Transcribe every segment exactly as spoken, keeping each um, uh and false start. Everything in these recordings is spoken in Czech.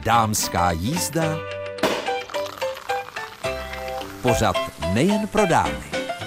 Dámská jízda, pořad nejen pro dámy.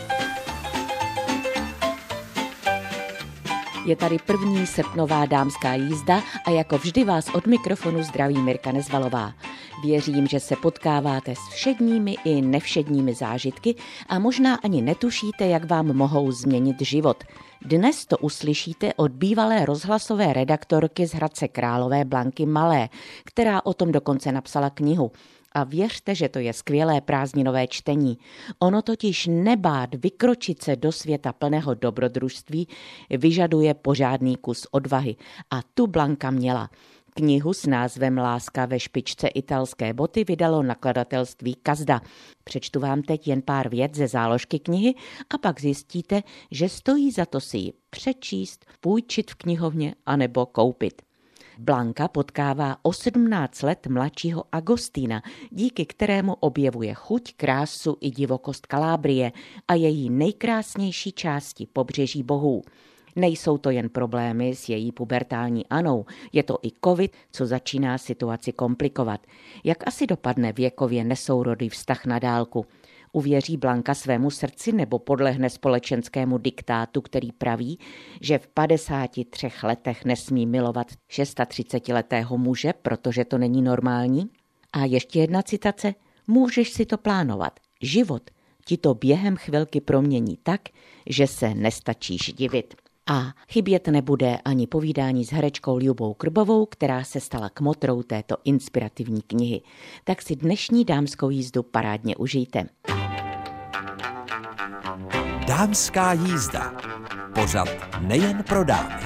Je tady první srpnová dámská jízda a jako vždy vás od mikrofonu zdraví Mirka Nezvalová. Věřím, že se potkáváte s všedními i nevšedními zážitky a možná ani netušíte, jak vám mohou změnit život. Dnes to uslyšíte od bývalé rozhlasové redaktorky z Hradce Králové Blanky Malé, která o tom dokonce napsala knihu. A věřte, že to je skvělé prázdninové čtení. Ono totiž nebát vykročit se do světa plného dobrodružství vyžaduje pořádný kus odvahy. A tu Blanka měla. Knihu s názvem Láska ve špičce italské boty vydalo nakladatelství Kazda. Přečtu vám teď jen pár vět ze záložky knihy a pak zjistíte, že stojí za to si ji přečíst, půjčit v knihovně anebo koupit. Blanka potkává o sedmnáct let mladšího Agostína, díky kterému objevuje chuť, krásu i divokost Kalábrie a její nejkrásnější části pobřeží bohů. Nejsou to jen problémy s její pubertální Anou, je to i covid, co začíná situaci komplikovat. Jak asi dopadne věkově nesourodý vztah na dálku? Uvěří Blanka svému srdci nebo podlehne společenskému diktátu, který praví, že v padesáti třech letech nesmí milovat třicetišestiletého muže, protože to není normální? A ještě jedna citace. Můžeš si to plánovat. Život ti to během chvilky promění tak, že se nestačíš divit. A chybět nebude ani povídání s herečkou Ljubou Krbovou, která se stala kmotrou této inspirativní knihy. Tak si dnešní dámskou jízdu parádně užijte. Dámská jízda. Pořad nejen pro dámy.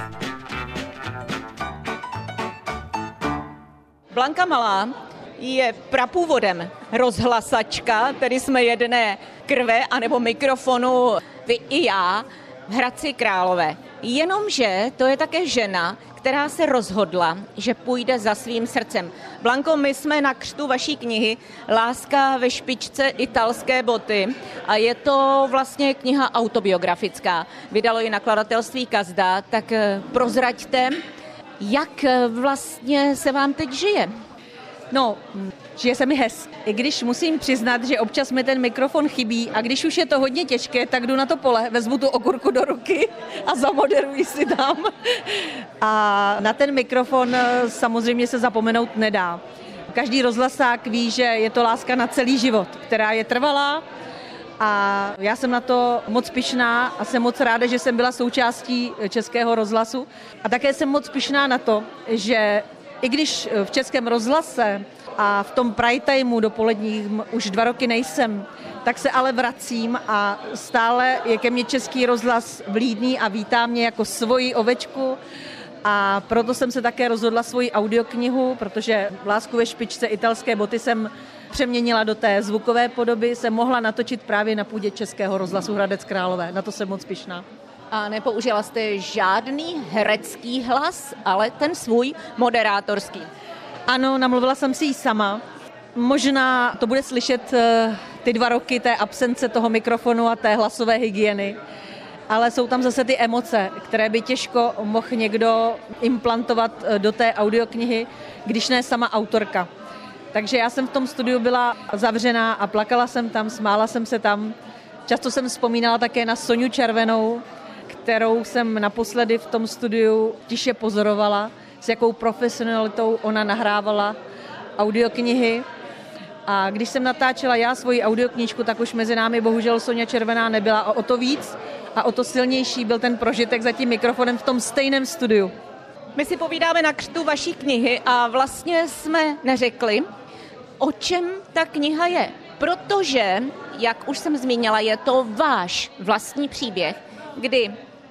Blanka Malá je prapůvodem rozhlasačka, tedy jsme jedné krve anebo mikrofonu, vy i já, v Hradci Králové. Jenomže to je také žena, která se rozhodla, že půjde za svým srdcem. Blanko, my jsme na křtu vaší knihy Láska ve špičce italské boty a je to vlastně kniha autobiografická. Vydalo ji nakladatelství Kazda, tak prozraďte, jak vlastně se vám teď žije. No, žije se mi hezky. I když musím přiznat, že občas mi ten mikrofon chybí a když už je to hodně těžké, tak jdu na to pole, vezmu tu okurku do ruky a zamoderuji si tam. A na ten mikrofon samozřejmě se zapomenout nedá. Každý rozhlasák ví, že je to láska na celý život, která je trvalá a já jsem na to moc pyšná a jsem moc ráda, že jsem byla součástí Českého rozhlasu. A také jsem moc pyšná na to, že i když v Českém rozhlase a v tom prime timeu dopoledním už dva roky nejsem, tak se ale vracím a stále je ke mně Český rozhlas vlídný a vítá mě jako svoji ovečku. A proto jsem se také rozhodla svoji audioknihu, protože Lásku ve špičce italské boty jsem přeměnila do té zvukové podoby, jsem mohla natočit právě na půdě Českého rozhlasu Hradec Králové. Na to jsem moc pyšná. A nepoužila jste žádný herecký hlas, ale ten svůj moderátorský. Ano, namluvila jsem si ji sama. Možná to bude slyšet ty dva roky té absence toho mikrofonu a té hlasové hygieny, ale jsou tam zase ty emoce, které by těžko mohl někdo implantovat do té audioknihy, když ne sama autorka. Takže já jsem v tom studiu byla zavřená a plakala jsem tam, smála jsem se tam. Často jsem vzpomínala také na Soňu Červenou, kterou jsem naposledy v tom studiu tiše pozorovala, s jakou profesionalitou ona nahrávala audioknihy. A když jsem natáčela já svoji audioknížku, tak už mezi námi bohužel Soňa Červená nebyla a o to víc a o to silnější byl ten prožitek za tím mikrofonem v tom stejném studiu. My si povídáme na křtu vaší knihy a vlastně jsme neřekli, o čem ta kniha je. Protože, jak už jsem zmínila, je to váš vlastní příběh, kdy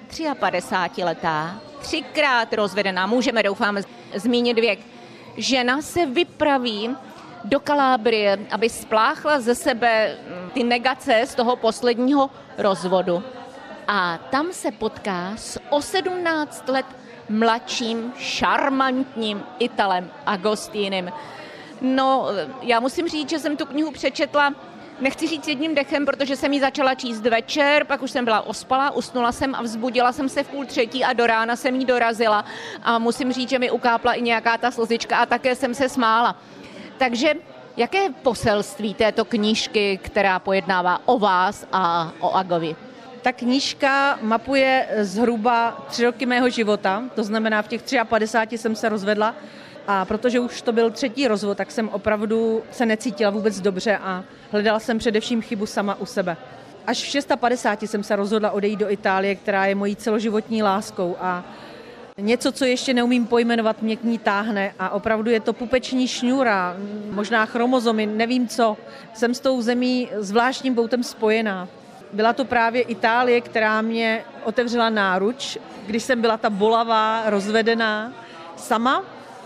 padesátletá, třikrát rozvedená, můžeme doufám zmínit věk, žena se vypraví do Kalábrie, aby spláchla ze sebe ty negace z toho posledního rozvodu. A tam se potká s o sedmnáct let mladším, šarmantním Italem Agostínem. No, já musím říct, že jsem tu knihu přečetla nechci říct jedním dechem, protože jsem ji začala číst večer, pak už jsem byla ospalá, usnula jsem a vzbudila jsem se v půl třetí a do rána jsem jí dorazila a musím říct, že mi ukápla i nějaká ta slzička a také jsem se smála. Takže jaké je poselství této knížky, která pojednává o vás a o Agovi? Ta knížka mapuje zhruba tři roky mého života, to znamená v těch padesát tři jsem se rozvedla a protože už to byl třetí rozvod, tak jsem opravdu se necítila vůbec dobře a hledala jsem především chybu sama u sebe. Až v padesát šesti jsem se rozhodla odejít do Itálie, která je mojí celoživotní láskou a něco, co ještě neumím pojmenovat, mě k ní táhne a opravdu je to pupeční šňůra, možná chromozomy, nevím co. Jsem s tou zemí zvláštním poutem spojená. Byla to právě Itálie, která mě otevřela náruč, když jsem byla ta bolavá, rozvedená sama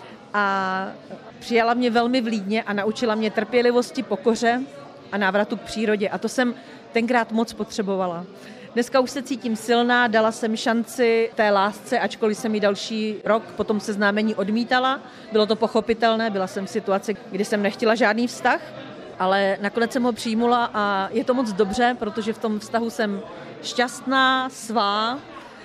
a přijala mě velmi vlídně a naučila mě trpělivosti, pokoře a návratu k přírodě. A to jsem tenkrát moc potřebovala. Dneska už se cítím silná, dala jsem šanci té lásce, ačkoliv jsem ji další rok po tom seznámení odmítala. Bylo to pochopitelné, byla jsem v situaci, kdy jsem nechtěla žádný vztah, ale nakonec jsem ho přijmula a je to moc dobře, protože v tom vztahu jsem šťastná, svá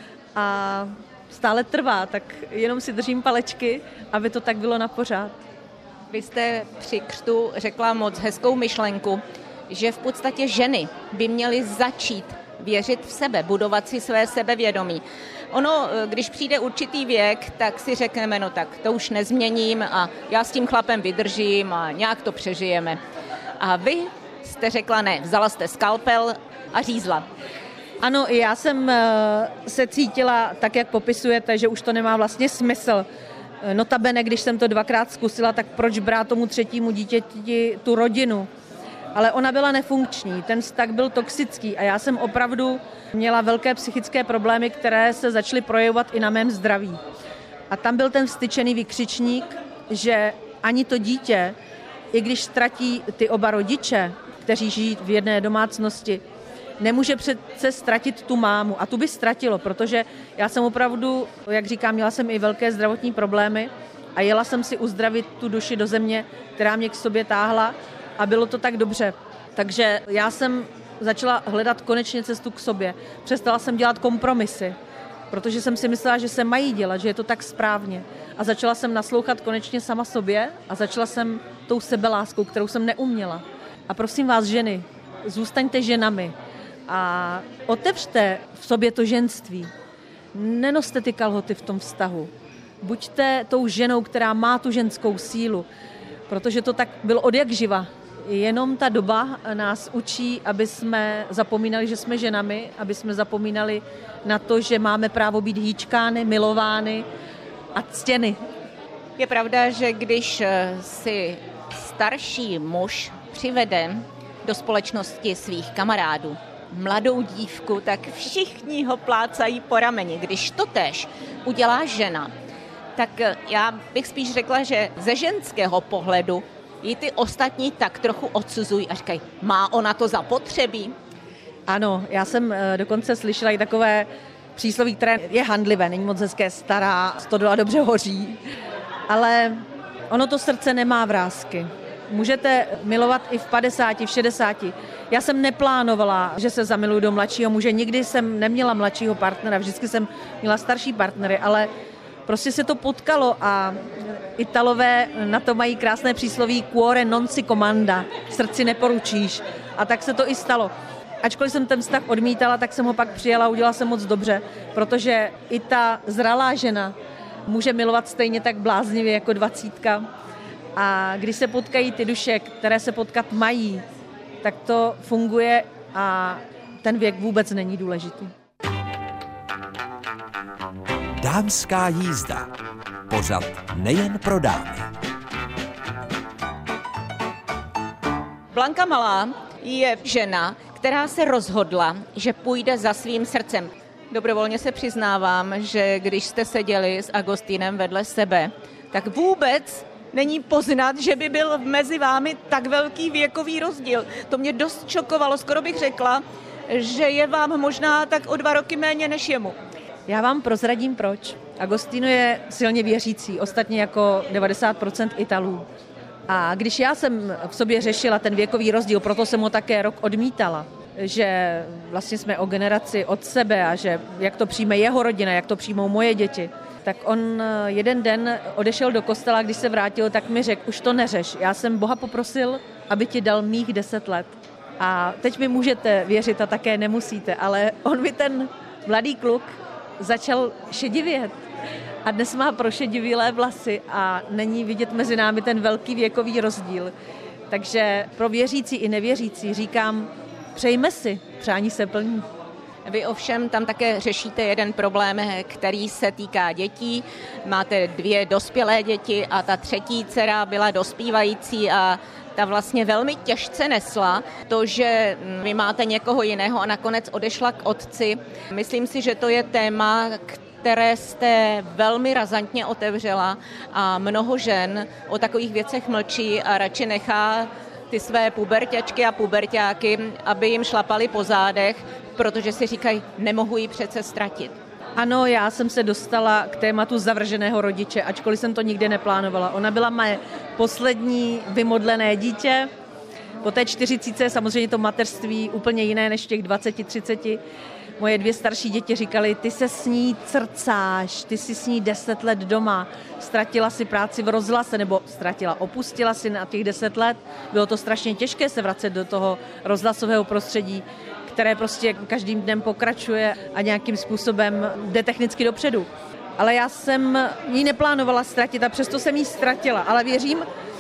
a stále trvá, tak jenom si držím palečky, aby to tak bylo na pořád. Vy jste při křtu řekla moc hezkou myšlenku, že v podstatě ženy by měly začít věřit v sebe, budovat si své sebevědomí. Ono, když přijde určitý věk, tak si řekneme, no tak to už nezměním a já s tím chlapem vydržím a nějak to přežijeme. A vy jste řekla ne, vzala jste skalpel a řízla. Ano, i já jsem se cítila tak, jak popisujete, že už to nemá vlastně smysl. Notabene, když jsem to dvakrát zkusila, tak proč brát tomu třetímu dítěti tu rodinu? Ale ona byla nefunkční, ten vztah byl toxický a já jsem opravdu měla velké psychické problémy, které se začaly projevovat i na mém zdraví. A tam byl ten vztyčený vykřičník, že ani to dítě, i když ztratí ty oba rodiče, kteří žijí v jedné domácnosti, nemůže přece ztratit tu mámu. A tu by ztratilo, protože já jsem opravdu, jak říkám, měla jsem i velké zdravotní problémy a jela jsem si uzdravit tu duši do země, která mě k sobě táhla a bylo to tak dobře. Takže já jsem začala hledat konečně cestu k sobě. Přestala jsem dělat kompromisy, protože jsem si myslela, že se mají dělat, že je to tak správně. A začala jsem naslouchat konečně sama sobě a začala jsem tou sebeláskou, kterou jsem neuměla. A prosím vás, ženy, zůstaňte ženami a otevřte v sobě to ženství. Nenoste ty kalhoty v tom vztahu. Buďte tou ženou, která má tu ženskou sílu, protože to tak bylo odjakživa. Jenom ta doba nás učí, aby jsme zapomínali, že jsme ženami, aby jsme zapomínali na to, že máme právo být hýčkány, milovány a ctěny. Je pravda, že když si starší muž přivede do společnosti svých kamarádů mladou dívku, tak všichni ho plácají po rameni. Když to též udělá žena, tak já bych spíš řekla, že ze ženského pohledu ji ty ostatní tak trochu odsuzují a říkají, má ona to zapotřebí? Ano, já jsem dokonce slyšela i takové přísloví, které je handlivé, není moc hezké, stará, stodola dobře hoří, ale ono to srdce nemá vrásky. Můžete milovat i v padesáti, v šedesáti. Já jsem neplánovala, že se zamiluju do mladšího muže, nikdy jsem neměla mladšího partnera, vždycky jsem měla starší partnery, ale prostě se to potkalo a Italové na to mají krásné přísloví cuore non si comanda, srdci neporučíš. A tak se to i stalo. Ačkoliv jsem ten vztah odmítala, tak jsem ho pak přijala a udělala jsem moc dobře, protože i ta zralá žena může milovat stejně tak bláznivě jako dvacítka. A když se potkají ty duše, které se potkat mají, tak to funguje a ten věk vůbec není důležitý. Dámská jízda. Pořad nejen pro dámy. Blanka Malá je žena, která se rozhodla, že půjde za svým srdcem. Dobrovolně se přiznávám, že když jste seděli s Agostínem vedle sebe, tak vůbec není poznat, že by byl mezi vámi tak velký věkový rozdíl. To mě dost šokovalo, skoro bych řekla, že je vám možná tak o dva roky méně než jemu. Já vám prozradím proč. Agostino je silně věřící, ostatně jako devadesát procent Italů. A když já jsem v sobě řešila ten věkový rozdíl, proto jsem ho také rok odmítala, že vlastně jsme o generaci od sebe a že jak to přijme jeho rodina, jak to přijmou moje děti, tak on jeden den odešel do kostela, když se vrátil, tak mi řekl, už to neřeš. Já jsem Boha poprosil, aby ti dal mých deset let. A teď mi můžete věřit a také nemusíte, ale on mi ten mladý kluk začal šedivět. A dnes má prošedivělé vlasy a není vidět mezi námi ten velký věkový rozdíl. Takže pro věřící i nevěřící říkám, přejme si, přání se plní. Vy ovšem tam také řešíte jeden problém, který se týká dětí. Máte dvě dospělé děti a ta třetí dcera byla dospívající a ta vlastně velmi těžce nesla to, že vy máte někoho jiného a nakonec odešla k otci. Myslím si, že to je téma, které jste velmi razantně otevřela a mnoho žen o takových věcech mlčí a radši nechá ty své puberťačky a puberťáky, aby jim šlapali po zádech, protože si říkají, nemohu ji přece ztratit. Ano, já jsem se dostala k tématu zavrženého rodiče, ačkoliv jsem to nikdy neplánovala. Ona byla moje poslední vymodlené dítě. Po té čtyřicítce samozřejmě to mateřství úplně jiné než těch dvaceti, třiceti. Moje dvě starší děti říkali, ty se s ní crcáš, ty jsi s ní deset let doma, ztratila si práci v rozhlase, nebo ztratila, opustila si na těch deset let. Bylo to strašně těžké se vracet do toho rozhlasového prostředí, které prostě každým dnem pokračuje a nějakým způsobem jde technicky dopředu. Ale já jsem ji neplánovala ztratit a přesto jsem ji ztratila, ale věřím,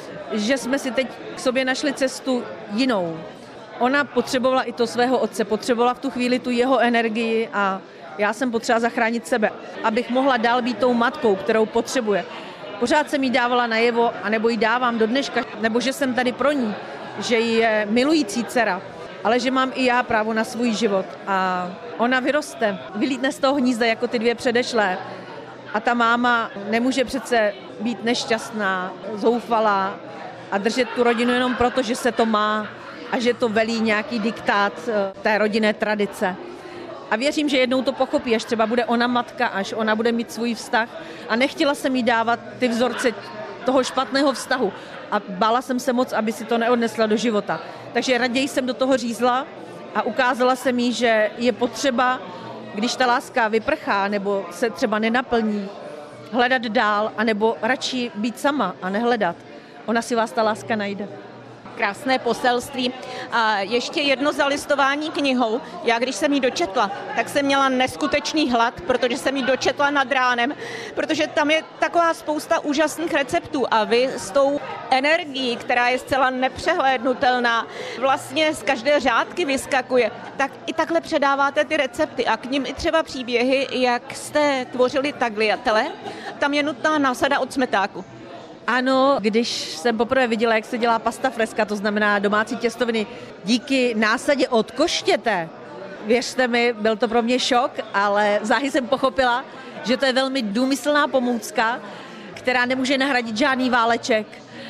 že jsme si teď k sobě našli cestu jinou. Ona potřebovala i to svého otce, potřebovala v tu chvíli tu jeho energii a já jsem potřeba zachránit sebe, abych mohla dál být tou matkou, kterou potřebuje. Pořád jsem jí dávala najevo, anebo jí dávám do dneška, nebo že jsem tady pro ní, že je milující dcera, ale že mám i já právo na svůj život. A ona vyroste, vylítne z toho hnízda jako ty dvě předešlé. A ta máma nemůže přece být nešťastná, zoufalá a držet tu rodinu jenom proto, že se to má a že to velí nějaký diktát té rodinné tradice. A věřím, že jednou to pochopí, až třeba bude ona matka, až ona bude mít svůj vztah. A nechtěla jsem jí dávat ty vzorce toho špatného vztahu. A bála jsem se moc, aby si to neodnesla do života. Takže raději jsem do toho řízla a ukázala jsem jí, že je potřeba, když ta láska vyprchá nebo se třeba nenaplní, hledat dál, anebo radši být sama a nehledat. Ona si vás ta láska najde. Krásné poselství. A ještě jedno zalistování knihou. Já když jsem ji dočetla, tak jsem měla neskutečný hlad, protože jsem ji dočetla nad ránem, protože tam je taková spousta úžasných receptů a vy s tou energií, která je zcela nepřehlédnutelná, vlastně z každé řádky vyskakuje, tak i takhle předáváte ty recepty a k nim i třeba příběhy, jak jste tvořili tagliatelle. Tam je nutná násada od smetáku. Ano, když jsem poprvé viděla, jak se dělá pasta fresca, to znamená domácí těstoviny, díky násadě od koštěte, věřte mi, byl to pro mě šok, ale záhy jsem pochopila, že to je velmi důmyslná pomůcka, která nemůže nahradit žádný váleček.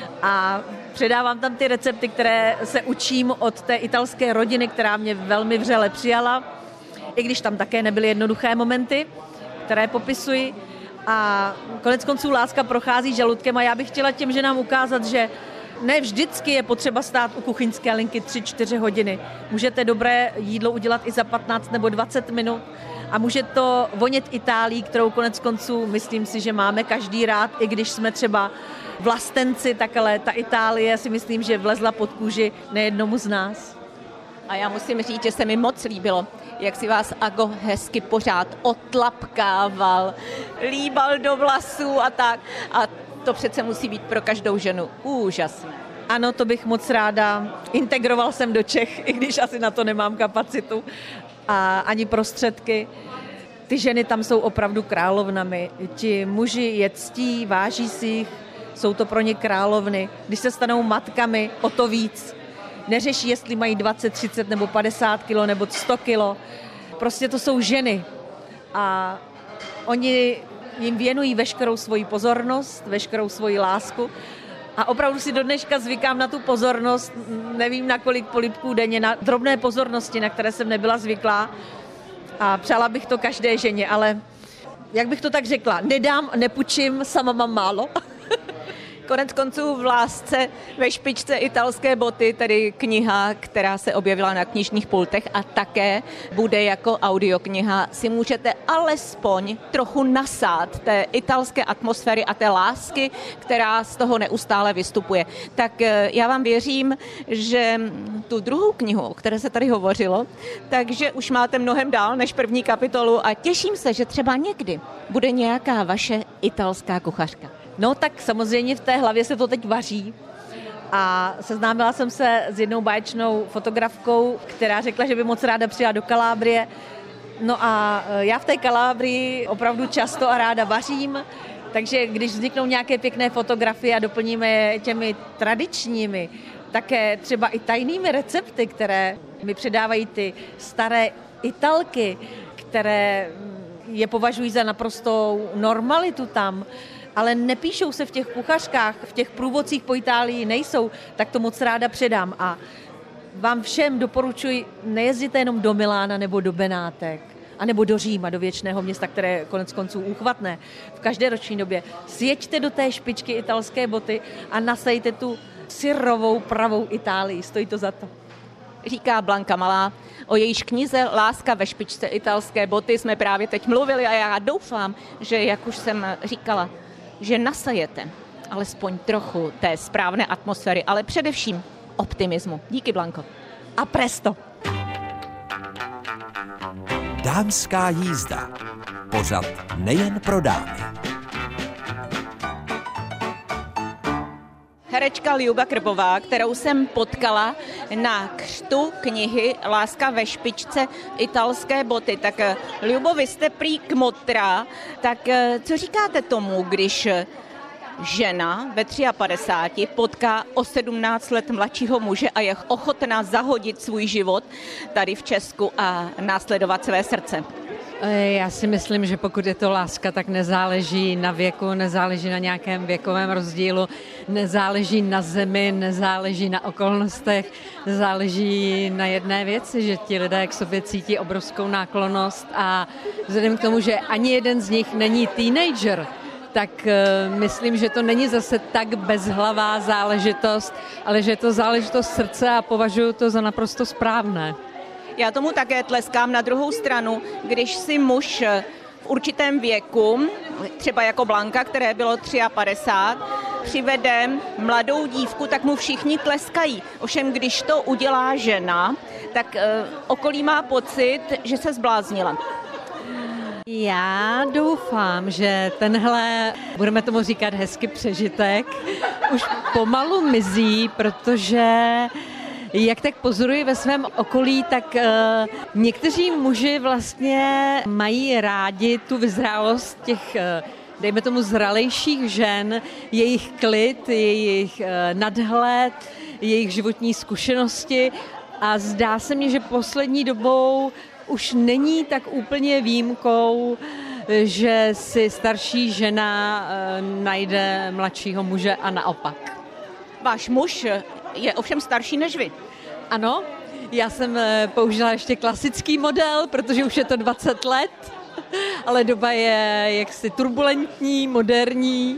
A předávám tam ty recepty, které se učím od té italské rodiny, která mě velmi vřele přijala, i když tam také nebyly jednoduché momenty, které popisuji. A konec konců láska prochází žaludkem a já bych chtěla těm ženám ukázat, že ne vždycky je potřeba stát u kuchyňské linky tři čtyři hodiny. Můžete dobré jídlo udělat i za patnáct nebo dvacet minut a může to vonět Itálií, kterou konec konců myslím si, že máme každý rád, i když jsme třeba vlastenci, tak ale ta Itálie si myslím, že vlezla pod kůži nejednomu z nás. A já musím říct, že se mi moc líbilo, jak si vás Ago hezky pořád otlapkával, líbal do vlasů a tak. A to přece musí být pro každou ženu úžasné. Ano, to bych moc ráda. Integroval jsem do Čech, i když asi na to nemám kapacitu a ani prostředky. Ty ženy tam jsou opravdu královnami. Ti muži je ctí, váží si jich, jsou to pro ně královny. Když se stanou matkami, o to víc. Neřeší, jestli mají dvacet, třicet nebo padesát kilo nebo sto kilo. Prostě to jsou ženy. A oni jim věnují veškerou svoji pozornost, veškerou svoji lásku. A opravdu si do dneška zvykám na tu pozornost, nevím na kolik polibků denně, na drobné pozornosti, na které jsem nebyla zvyklá. A přála bych to každé ženě, ale jak bych to tak řekla, nedám, nepůjčím, sama mám málo. Konec konců v Lásce ve špičce italské boty, tedy kniha, která se objevila na knižních pultech a také bude jako audiokniha, si můžete alespoň trochu nasát té italské atmosféry a té lásky, která z toho neustále vystupuje. Tak já vám věřím, že tu druhou knihu, o které se tady hovořilo, takže už máte mnohem dál než první kapitolu a těším se, že třeba někdy bude nějaká vaše italská kuchařka. No tak samozřejmě v té hlavě se to teď vaří a seznámila jsem se s jednou báječnou fotografkou, která řekla, že by moc ráda přijela do Kalábrie. No a já v té Kalábrii opravdu často a ráda vařím, takže když vzniknou nějaké pěkné fotografie a doplníme je těmi tradičními, také třeba i tajnými recepty, které mi předávají ty staré Italky, které je považují za naprostou normalitu tam, ale nepíšou se v těch kuchařkách, v těch průvodcích po Itálii nejsou, tak to moc ráda předám. A vám všem doporučuji, nejezděte jenom do Milána nebo do Benátek, anebo do Říma, do věčného města, které je konec konců úchvatné. V každé roční době sjeďte do té špičky italské boty a nasejte tu syrovou pravou Itálii. Stojí to za to. Říká Blanka Malá. O jejíž knize Láska ve špičce italské boty jsme právě teď mluvili a já doufám, že, jak už jsem říkala, že nasajete alespoň trochu té správné atmosféry, ale především optimismu. Díky, Blanko. A presto. Dámská jízda. Pořad nejen pro dámy. Herečka Ljuba Krbová, kterou jsem potkala na křtu knihy Láska ve špičce italské boty. Tak Ljubo, vy jste prý kmotra, tak co říkáte tomu, když žena ve padesáti tři potká o sedmnáct let mladšího muže a je ochotná zahodit svůj život tady v Česku a následovat své srdce? Já si myslím, že pokud je to láska, tak nezáleží na věku, nezáleží na nějakém věkovém rozdílu, nezáleží na zemi, nezáleží na okolnostech, záleží na jedné věci, že ti lidé k sobě cítí obrovskou náklonnost a vzhledem k tomu, že ani jeden z nich není teenager, tak uh, myslím, že to není zase tak bezhlavá záležitost, ale že je to záležitost srdce a považuji to za naprosto správné. Já tomu také tleskám. Na druhou stranu, když si muž v určitém věku, třeba jako Blanka, které bylo padesát tři, přivede mladou dívku, tak mu všichni tleskají. Ovšem, když to udělá žena, tak e, okolí má pocit, že se zbláznila. Já doufám, že tenhle, budeme tomu říkat hezky přežitek, už pomalu mizí, protože jak tak pozoruji ve svém okolí, tak uh, někteří muži vlastně mají rádi tu vyzrálost těch, uh, dejme tomu, zralejších žen, jejich klid, jejich uh, nadhled, jejich životní zkušenosti a zdá se mně, že poslední dobou už není tak úplně výjimkou, že si starší žena uh, najde mladšího muže a naopak. Váš muž je ovšem starší než vy. Ano, já jsem použila ještě klasický model, protože už je to dvacet let, ale doba je jaksi turbulentní, moderní,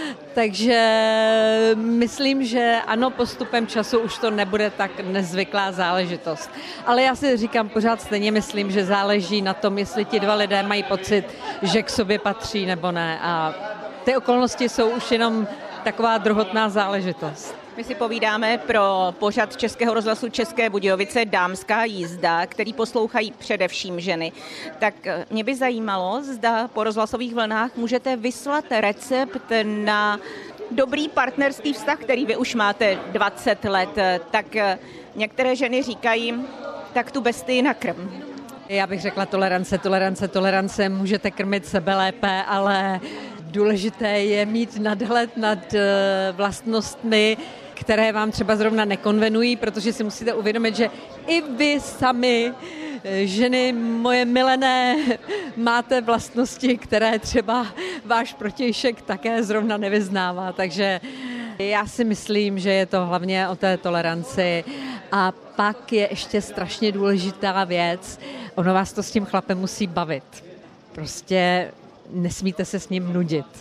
takže myslím, že ano, postupem času už to nebude tak nezvyklá záležitost. Ale já si říkám, pořád stejně myslím, že záleží na tom, jestli ti dva lidé mají pocit, že k sobě patří nebo ne. A ty okolnosti jsou už jenom taková druhotná záležitost. My si povídáme pro pořad Českého rozhlasu České Budějovice Dámská jízda, který poslouchají především ženy. Tak mě by zajímalo, zda po rozhlasových vlnách můžete vyslat recept na dobrý partnerský vztah, který vy už máte dvacet let. Tak některé ženy říkají, tak tu bestii nakrm. Já bych řekla tolerance, tolerance, tolerance. Můžete krmit sebe lépe, ale důležité je mít nadhled nad vlastnostmi, které vám třeba zrovna nekonvenují, protože si musíte uvědomit, že i vy sami, ženy moje milené, máte vlastnosti, které třeba váš protějšek také zrovna nevyznává. Takže já si myslím, že je to hlavně o té toleranci. A pak je ještě strašně důležitá věc, ono vás to s tím chlapem musí bavit. Prostě nesmíte se s ním nudit.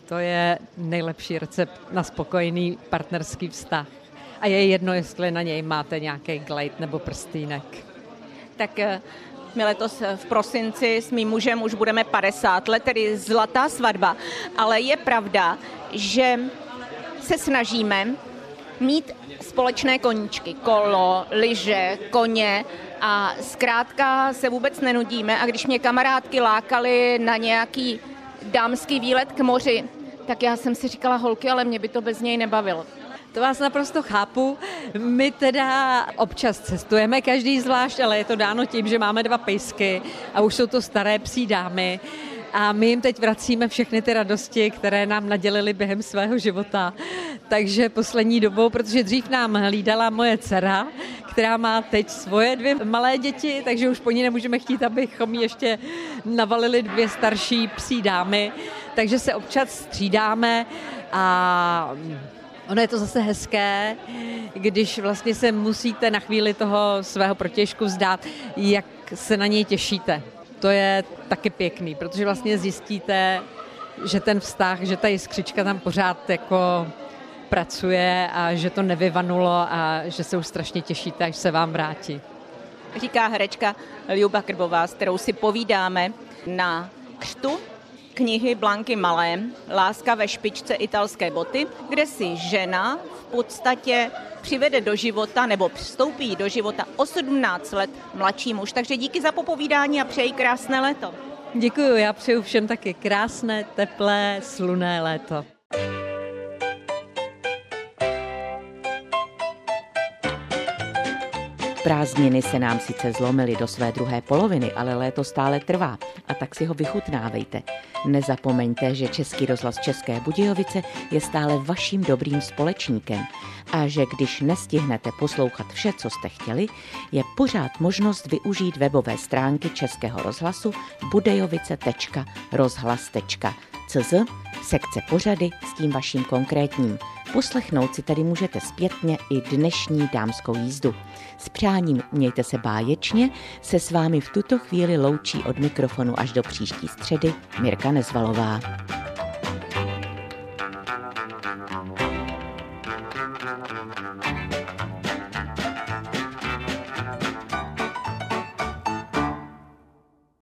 To je nejlepší recept na spokojený partnerský vztah. A je jedno, jestli na něj máte nějaký glejt nebo prstýnek. Tak my letos v prosinci s mým mužem už budeme padesát let, tedy zlatá svatba, ale je pravda, že se snažíme mít společné koníčky, kolo, lyže, koně a zkrátka se vůbec nenudíme a když mě kamarádky lákaly na nějaký dámský výlet k moři, tak já jsem si říkala, holky, ale mě by to bez něj nebavilo. To vás naprosto chápu. My teda občas cestujeme, každý zvlášť, ale je to dáno tím, že máme dva pejsky a už jsou to staré psí dámy. A my jim teď vracíme všechny ty radosti, které nám nadělili během svého života. Takže poslední dobou, protože dřív nám hlídala moje dcera, která má teď svoje dvě malé děti, takže už po ní nemůžeme chtít, abychom ještě navalili dvě starší psí dámy. Takže se občas střídáme a ono je to zase hezké, když vlastně se musíte na chvíli toho svého protějšku vzdát, jak se na něj těšíte. To je taky pěkný, protože vlastně zjistíte, že ten vztah, že ta jiskřička tam pořád jako pracuje a že to nevyvanulo a že se už strašně těšíte, až se vám vrátí. Říká herečka Ljuba Krbová, s kterou si povídáme na křtu knihy Blanky Malé Láska ve špičce italské boty, kde si žena v podstatě přivede do života nebo vstoupí do života o sedmnáct let mladší muž. Takže díky za popovídání a přeji krásné léto. Děkuju, já přeju všem taky krásné, teplé, slunné léto. Prázdniny se nám sice zlomily do své druhé poloviny, ale léto stále trvá a tak si ho vychutnávejte. Nezapomeňte, že Český rozhlas České Budějovice je stále vaším dobrým společníkem a že když nestihnete poslouchat vše, co jste chtěli, je pořád možnost využít webové stránky Českého rozhlasu budejovice tečka rozhlas tečka cz, sekce pořady s tím vaším konkrétním. Poslechnout si tady můžete zpětně i dnešní dámskou jízdu. S přáním mějte se báječně, se s vámi v tuto chvíli loučí od mikrofonu až do příští středy Mirka Nezvalová.